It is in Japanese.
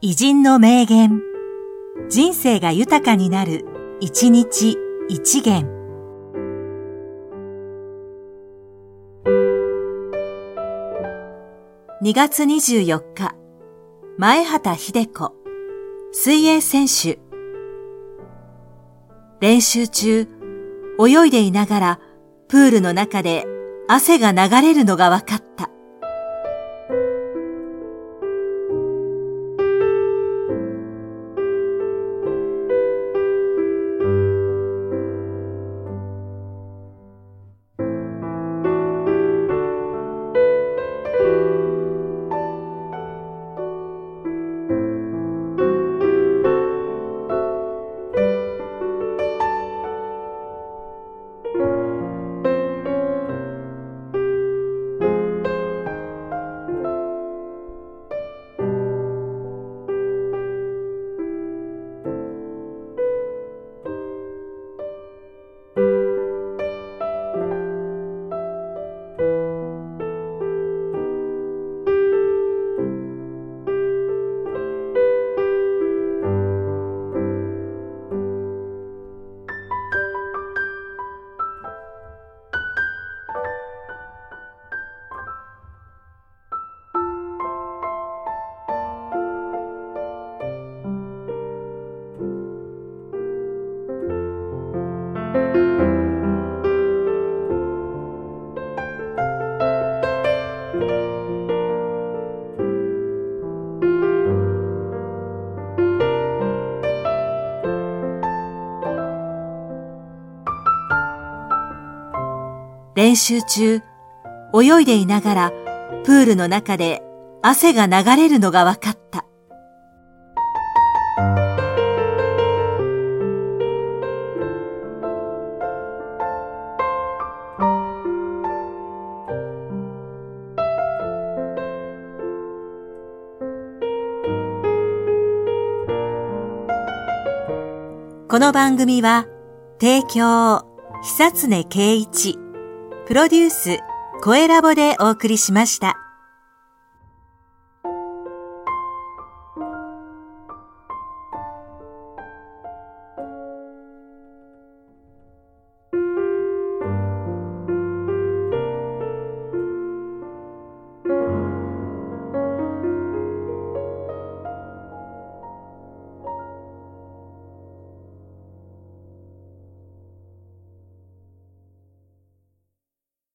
偉人の名言。人生が豊かになる、一日一元。2月24日、前畑秀子、水泳選手。練習中、泳いでいながら、プールの中で汗が流れるのが分かった。練習中、泳いでいながらプールの中で汗が流れるのが分かった。この番組は提供久常圭一プロデュース、声ラボでお送りしました。